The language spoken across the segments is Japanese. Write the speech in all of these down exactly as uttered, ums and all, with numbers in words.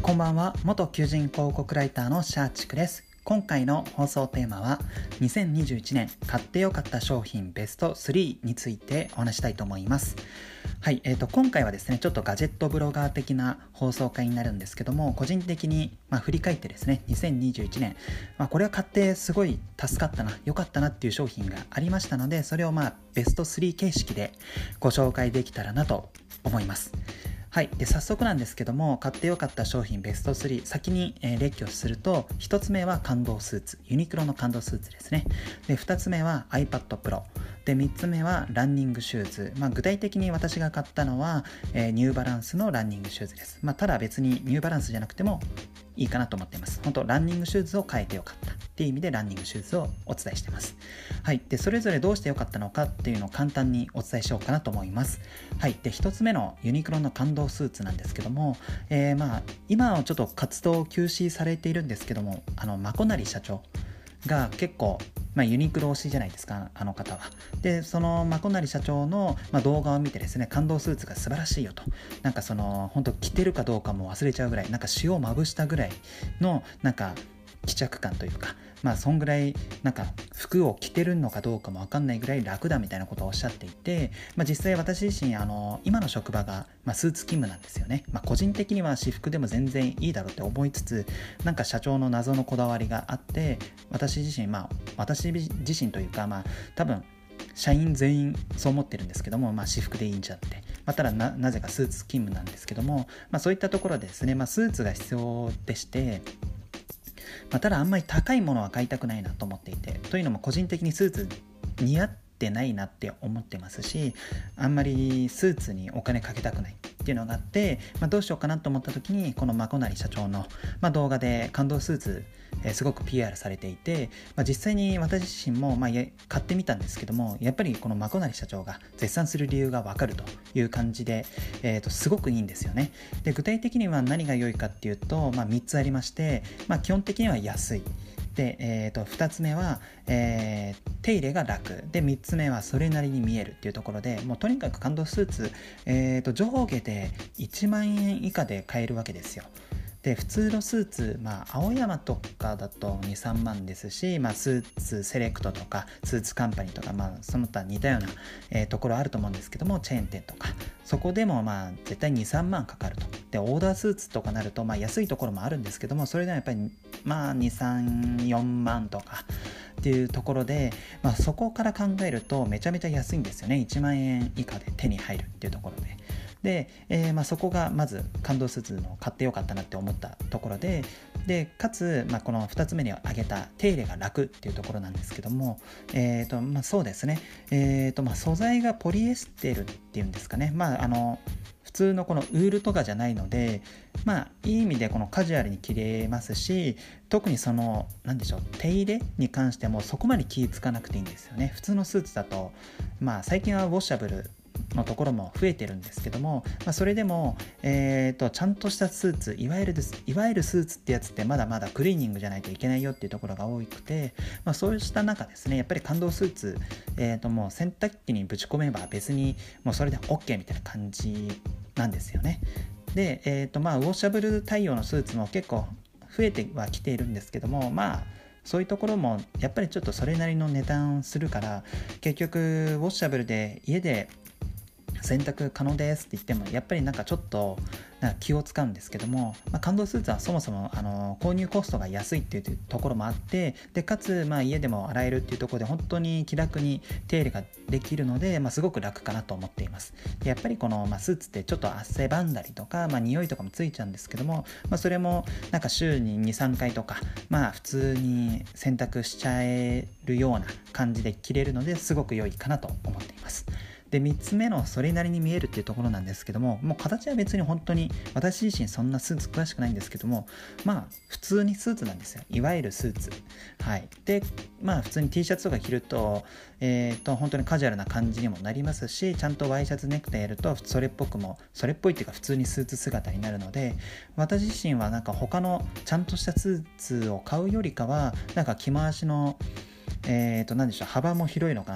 こんばんは。元求人広告ライターのシャーチクです。今回の放送テーマはにせんにじゅういちねん買ってよかった商品ベストスリーについてお話したいと思います。はい、えーと、今回はですね、ちょっとガジェットブロガー的な放送回になるんですけども、個人的に、まあ、振り返ってですね、にせんにじゅういちねん、まあ、これは買ってすごい助かったな、良かったなっていう商品がありましたので、それをまあベストスリー形式でご紹介できたらなと思います。はい、で早速なんですけども、買ってよかった商品ベストスリー、先に、えー、列挙すると、ひとつめは感動スーツ、ユニクロの感動スーツですね。でふたつめは iPad Pro で、みっつめはランニングシューズ、まあ、具体的に私が買ったのは、えー、ニューバランスのランニングシューズです。まあ、ただ別にニューバランスじゃなくてもいいかなと思っています。本当ランニングシューズを変えてよかったっていう意味でランニングシューズをお伝えしています。はい、でそれぞれどうしてよかったのかっていうのを簡単にお伝えしようかなと思います。はい、でひとつめのユニクロの感動スーツなんですけども、えー、まあ今はちょっと活動休止されているんですけども、あのマコナリ社長が結構、まあ、ユニクロ推しじゃないですか、あの方は。でそのマコナリ社長の、まあ、動画を見てですね、感動スーツが素晴らしいよと、なんかその本当着てるかどうかも忘れちゃうぐらい、なんか塩をまぶしたぐらいのなんか帰着感というか、まあそんぐらいなんか服を着てるのかどうかも分かんないぐらい楽だみたいなことをおっしゃっていて、まあ、実際私自身あの今の職場が、まあ、スーツ勤務なんですよね。まあ、個人的には私服でも全然いいだろうって思いつつ、なんか社長の謎のこだわりがあって、私自身まあ私自身というか、まあ多分社員全員そう思ってるんですけども、まあ、私服でいいんじゃって、まあ、ただ な, なぜかスーツ勤務なんですけども、まあ、そういったところでですね、まあ、スーツが必要でして、まあ、ただあんまり高いものは買いたくないなと思っていて、というのも個人的にスーツ似合ってないなって思ってますし、あんまりスーツにお金かけたくないっていうのがあって、まあ、どうしようかなと思った時にこのマコナリ社長の、まあ、動画で感動スーツ、えー、すごく ピーアール されていて、まあ、実際に私自身も、まあ、買ってみたんですけども、やっぱりこのマコナリ社長が絶賛する理由がわかるという感じで、えー、とすごくいいんですよね。で具体的には何が良いかっていうと、まあ、みっつありまして、まあ、基本的には安いで、えー、とふたつめは、えー、手入れが楽で、みっつめはそれなりに見えるっていうところで、もうとにかく感動スーツ、えー、と上下でいちまんえん以下で買えるわけですよ。で普通のスーツ、まあ、青山とかだと にさんまんですし、まあ、スーツセレクトとかスーツカンパニーとか、まあ、その他似たような、えー、ところあると思うんですけども、チェーン店とかそこでもまあ絶対 にさんまんかかると。でオーダースーツとかなると、まあ、安いところもあるんですけども、それでもやっぱりまあに、さん、よんまんとかっていうところで、まあ、そこから考えるとめちゃめちゃ安いんですよね。いちまんえん以下で手に入るっていうところでで、えーまあ、そこがまず感動スーツの買ってよかったなって思ったところで、でかつ、まあ、このふたつめに挙げた手入れが楽っていうところなんですけども、えーとまあ、そうですね、えーとまあ、素材がポリエステルっていうんですかね、まあ、あの普通のこのウールとかじゃないので、まあいい意味でこのカジュアルに着れますし、特にその何でしょう、手入れに関してもそこまで気ぃつかなくていいんですよね。普通のスーツだと、まあ最近はウォッシャブルのところも増えてるんですけども、まあ、それでも、えーと、ちゃんとしたスーツ、いわゆるですいわゆるスーツってやつってまだまだクリーニングじゃないといけないよっていうところが多くて、まあ、そうした中ですね、やっぱり感動スーツ、えーと、もう洗濯機にぶち込めば別にもうそれで OK みたいな感じなんですよね。で、えーとまあ、ウォッシャブル対応のスーツも結構増えてはきているんですけども、まあそういうところもやっぱりちょっとそれなりの値段するから、結局ウォッシャブルで家で洗濯可能ですって言ってもやっぱりなんかちょっとなんか気を使うんですけども、まあ、感動スーツはそもそもあの購入コストが安いっていうところもあって、でかつまあ家でも洗えるっていうところで本当に気楽に手入れができるので、まあ、すごく楽かなと思っています。でやっぱりこの、まあ、スーツってちょっと汗ばんだりとか、まあ、匂いとかもついちゃうんですけども、まあ、それもなんか週に にさんかいとか、まあ普通に洗濯しちゃえるような感じで着れるので、すごく良いかなと思っています。でみっつめのそれなりに見えるっていうところなんですけども、もう形は別に本当に私自身そんなスーツ詳しくないんですけども、まあ普通にスーツなんですよ。いわゆるスーツ。はい。で、まあ普通に T シャツとか着ると、えーと、本当にカジュアルな感じにもなりますし、ちゃんとワイシャツネクタイやるとそれっぽくも、それっぽいっていうか普通にスーツ姿になるので、私自身はなんか他のちゃんとしたスーツを買うよりかは、なんか着回しの、えーと、何でしょう、幅も広いのかなと。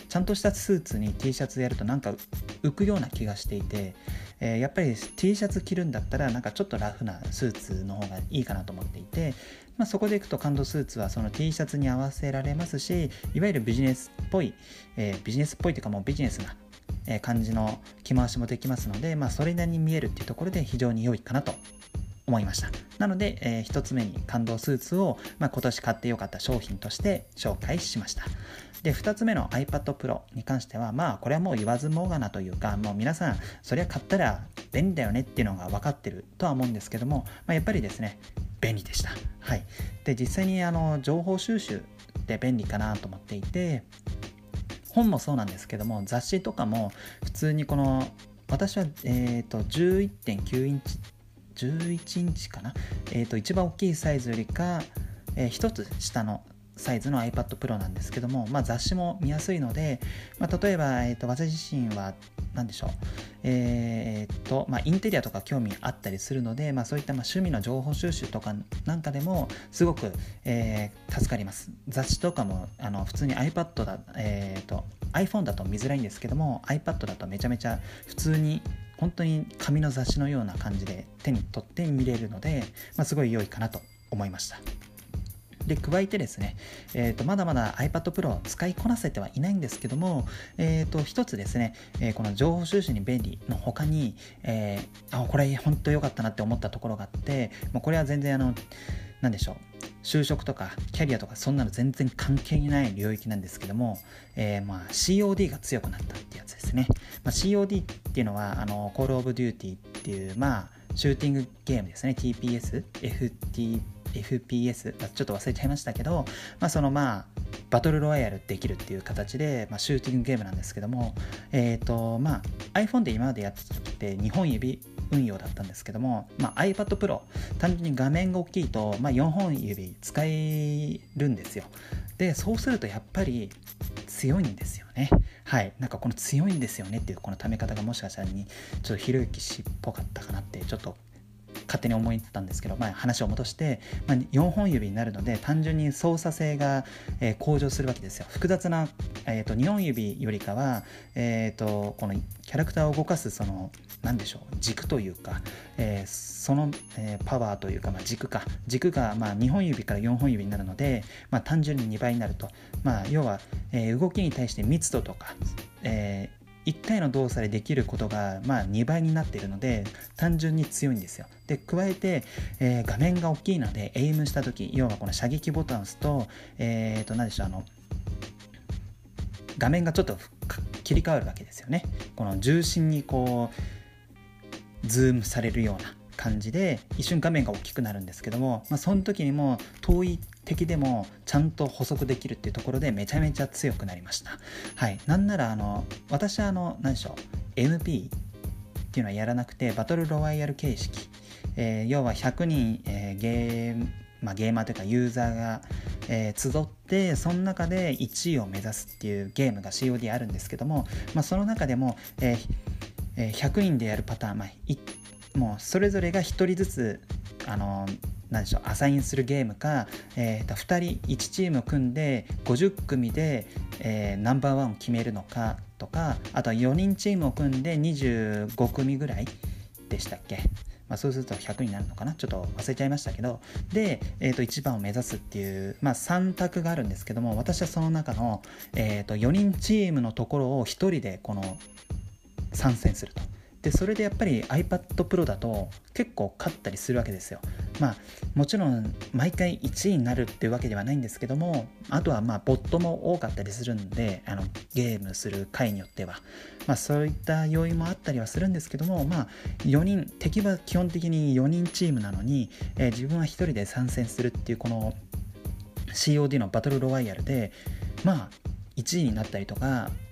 ちゃんとしたスーツに T シャツやるとなんか浮くような気がしていて、えー、やっぱり T シャツ着るんだったらなんかちょっとラフなスーツの方がいいかなと思っていて、まあ、そこでいくと感動スーツはその T シャツに合わせられますし、いわゆるビジネスっぽい、えー、ビジネスっぽいというかもうビジネスな感じの着回しもできますので、まあ、それなりに見えるっていうところで非常に良いかなと思いました。なので、えー、ひとつめに感動スーツを、まあ、今年買ってよかった商品として紹介しました。で、ふたつめの iPad Pro に関しては、まあこれはもう言わずもがなというか、もう皆さんそれは買ったら便利だよねっていうのが分かってるとは思うんですけども、まあ、やっぱりですね便利でした。はい。で、実際にあの情報収集って便利かなと思っていて、本もそうなんですけども、雑誌とかも普通にこの私は、えー、と じゅういってんきゅうインチじゅういちインチかな、えー、と一番大きいサイズよりか、えー、一つ下のサイズの iPad Pro なんですけども、まあ、雑誌も見やすいので、まあ、例えば、えー、と私自身は何でしょう、えーとまあ、インテリアとか興味あったりするので、まあ、そういったまあ趣味の情報収集とかなんかでもすごく、えー、助かります。雑誌とかもあの普通に iPad だ、えーと iPhone だと見づらいんですけども、 iPad だとめちゃめちゃ普通に本当に紙の雑誌のような感じで手に取って見れるので、まあ、すごい良いかなと思いました。で、加えてですね、えー、とまだまだ iPad Pro を使いこなせてはいないんですけども、えー、と一つですね、えー、この情報収集に便利の他に、えー、あこれ本当良かったなって思ったところがあって、もうこれは全然あの何でしょう、就職とかキャリアとかそんなの全然関係ない領域なんですけども、えー、まあ シーオーディー が強くなったってやつですね。まあ、シーオーディー っていうのはあの Call of Duty っていうまあシューティングゲームですね。 ティーピーエス、エフティーエフピーエス ちょっと忘れちゃいましたけど、まあ、そのまあバトルロワイヤルできるっていう形で、まあ、シューティングゲームなんですけども、えーとまあ、iPhone で今までやってた時ってにほん指運用だったんですけども、まあ、iPad Pro 単純に画面が大きいと、まあ、よんほん指使えるんですよ。で、そうするとやっぱり強いんですよね。はい、なんかこの強いんですよねっていうこのため方がもしかしたらにちょっとひろゆき氏っぽかったかなってちょっと勝手に思ったんですけど、まあ、話を戻して、まあ、よんほん指になるので単純に操作性が、えー、向上するわけですよ。複雑な、えー、とにほん指よりかは、えー、とこのキャラクターを動かすその何でしょう軸というか、えー、その、えー、パワーというか、まあ、軸か軸がまあにほん指からよんほん指になるので、まあ、単純ににばいになると、まあ、要は、えー、動きに対して密度とか、えーいっかいの動作でできることが、まあ、にばいになっているので単純に強いんですよ。で、加えて、えー、画面が大きいのでエイムした時、要はこの射撃ボタンを押すと、えーと何でしょう、あの画面がちょっと切り替わるわけですよね。この重心にこうズームされるような感じで一瞬画面が大きくなるんですけども、まあ、その時にも遠い敵でもちゃんと捕捉できるっていうところでめちゃめちゃ強くなりました。はい、なんならあの私はあの何でしょう エムピー っていうのはやらなくてバトルロワイヤル形式、えー、要はひゃくにん、えー、ゲーまあ、ゲーマーというかユーザーが、えー、集ってその中でいちいを目指すっていうゲームが シーオーディー あるんですけども、まあ、その中でも、えーえー、ひゃくにんでやるパターン、まあ、いもうそれぞれがひとりずつあの何でしょうアサインするゲームか、えー、とふたりいちチームを組んでごじゅっくみで、えー、ナンバーワンを決めるのかとか、あとはよにんチームを組んでにじゅうごくみぐらいでしたっけ、まあ、そうするとひゃくになるのかな、ちょっと忘れちゃいましたけど、で、えー、といちばんを目指すっていう、まあ、さん択があるんですけども、私はその中の、えー、とよにんチームのところをひとりでこの参戦すると。でそれでやっぱり iPad Pro だと結構勝ったりするわけですよ。まあもちろん毎回いちいになるっていうわけではないんですけども、あとはまあボットも多かったりするんで、あのゲームする回によっては、まあ、そういった要因もあったりはするんですけども、まあよにん、敵は基本的によにんチームなのに、えー、自分はひとりで参戦するっていうこの シーオーディー のバトルロワイヤルでまあいちいになったりとか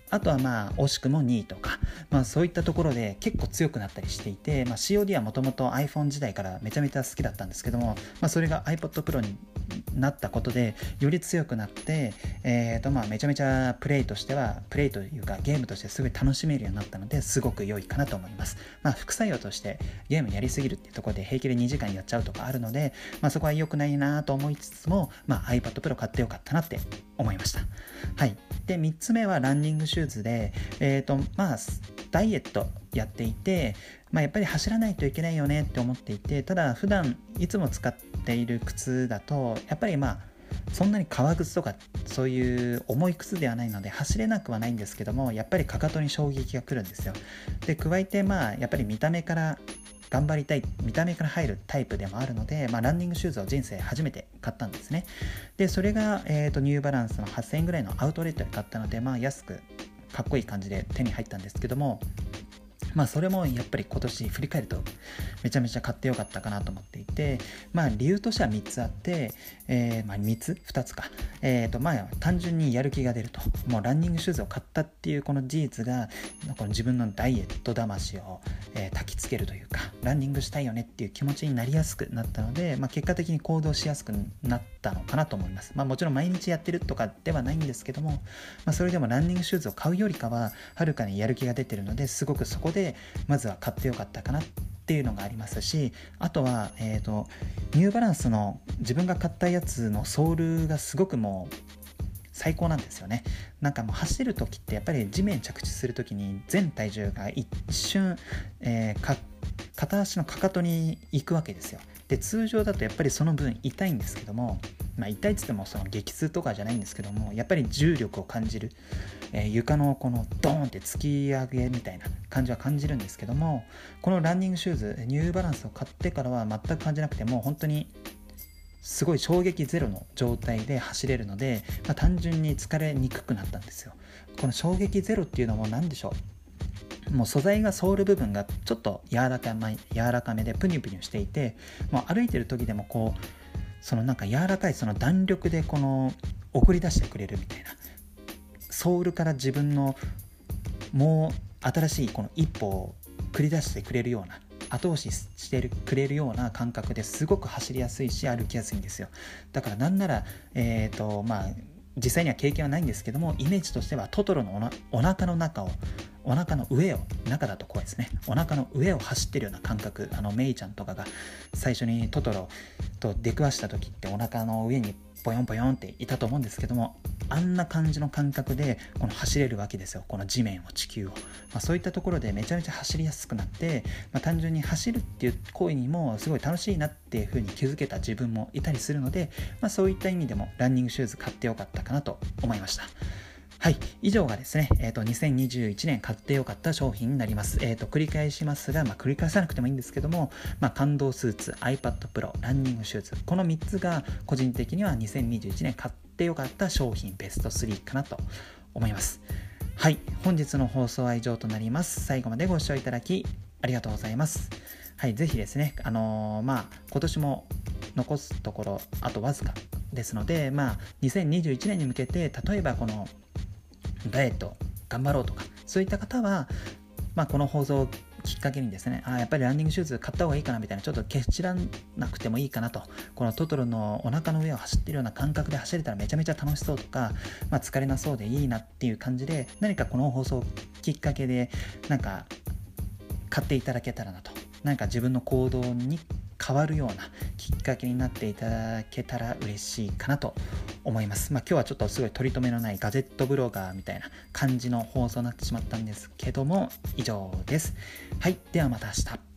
あとはまあ惜しくもにいとか、まあ、そういったところで結構強くなったりしていて、まあ、シーオーディー はもともと iPhone 時代からめちゃめちゃ好きだったんですけども、まあ、それが iPod Pro になったことでより強くなって、えーとまあ、めちゃめちゃプレイとしてはプレイというかゲームとしてすごい楽しめるようになったのですごく良いかなと思います。まあ、副作用としてゲームやりすぎるっていうところで平気でにじかんやっちゃうとかあるので、まあ、そこは良くないなと思いつつも、まあ、iPad Pro 買ってよかったなって思いました。はい。でみっつめはランニングシューズで、えーとまあ、ダイエットやっていて、まあ、やっぱり走らないといけないよねって思っていて、ただ普段いつも使っている靴だとやっぱりまあそんなに革靴とかそういう重い靴ではないので走れなくはないんですけども、やっぱりかかとに衝撃が来るんですよ。で加えてまあやっぱり見た目から頑張りたい、見た目から入るタイプでもあるので、まあ、ランニングシューズを人生初めて買ったんですね。でそれが、えーと、ニューバランスのはっせんえんぐらいのアウトレットで買ったので、まあ、安くかっこいい感じで手に入ったんですけども、まあそれもやっぱり今年振り返るとめちゃめちゃ買ってよかったかなと思っていて、まあ理由としてはみっつあって、えー、まあみっつふたつか、えーとまあ単純にやる気が出ると、もうランニングシューズを買ったっていうこの事実がこの自分のダイエット魂を、えー、焚きつけるというか、ランニングしたいよねっていう気持ちになりやすくなったので、まあ、結果的に行動しやすくなったのかなと思います。まあもちろん毎日やってるとかではないんですけども、まあ、それでもランニングシューズを買うよりかははるかにやる気が出てるので、すごくそこでまずは買ってよかったかなっていうのがありますし、あとは、えーと、ニューバランスの自分が買ったやつのソールがすごくもう最高なんですよね。なんかもう走るときってやっぱり地面着地するときに全体重が一瞬、えー、か片足のかかとに行くわけですよ。で通常だとやっぱりその分痛いんですけども、まあ、痛いっつってもその激痛とかじゃないんですけども、やっぱり重力を感じる、えー、床のこのドーンって突き上げみたいな感じは感じるんですけども、このランニングシューズニューバランスを買ってからは全く感じなくて、もう本当にすごい衝撃ゼロの状態で走れるので、まあ、単純に疲れにくくなったんですよ。この衝撃ゼロっていうのも何でしょう、もう素材がソール部分がちょっと柔らかめ、柔らかめでプニュプニュしていて、もう歩いてる時でもこうそのなんか柔らかいその弾力でこの送り出してくれるみたいな、ソールから自分のもう新しいこの一歩を繰り出してくれるような、後押ししてくれるような感覚ですごく走りやすいし歩きやすいんですよ。だからなんならえっとまあ実際には経験はないんですけども、イメージとしてはトトロのおなお腹の中をお腹の上を、中だとこうですね、お腹の上を走ってるような感覚、あのメイちゃんとかが最初にトトロと出くわした時ってお腹の上にポヨンポヨンっていたと思うんですけども、あんな感じの感覚でこの走れるわけですよ、この地面を、地球を、まあ、そういったところでめちゃめちゃ走りやすくなって、まあ、単純に走るっていう行為にもすごい楽しいなっていう風に気づけた自分もいたりするので、まあ、そういった意味でもランニングシューズ買ってよかったかなと思いました。はい、以上がですね、えーと、にせんにじゅういちねん買ってよかった商品になります。えーと、繰り返しますが、まあ、繰り返さなくてもいいんですけども、まあ、感動スーツ、iPad Pro、ランニングシューズ、このみっつが個人的にはにせんにじゅういちねん買ってよかった商品ベストスリーかなと思います。はい、本日の放送は以上となります。最後までご視聴いただきありがとうございます。はい、ぜひですね、あのー、まあ今年も残すところあとわずかですので、まあにせんにじゅういちねんに向けて、例えばこのダイエット頑張ろうとか、そういった方は、まあ、この放送をきっかけにですね、あやっぱりランニングシューズ買った方がいいかなみたいな、ちょっとケチらなくてもいいかなと、このトトロのお腹の上を走っているような感覚で走れたらめちゃめちゃ楽しそうとか、まあ、疲れなそうでいいなっていう感じで、何かこの放送きっかけでなんか買っていただけたらなと、何か自分の行動に変わるようなきっかけになっていただけたら嬉しいかなと思います。まあ、今日はちょっとすごい取り留めのないガジェットブロガーみたいな感じの放送になってしまったんですけども、以上です。はい、ではまた明日。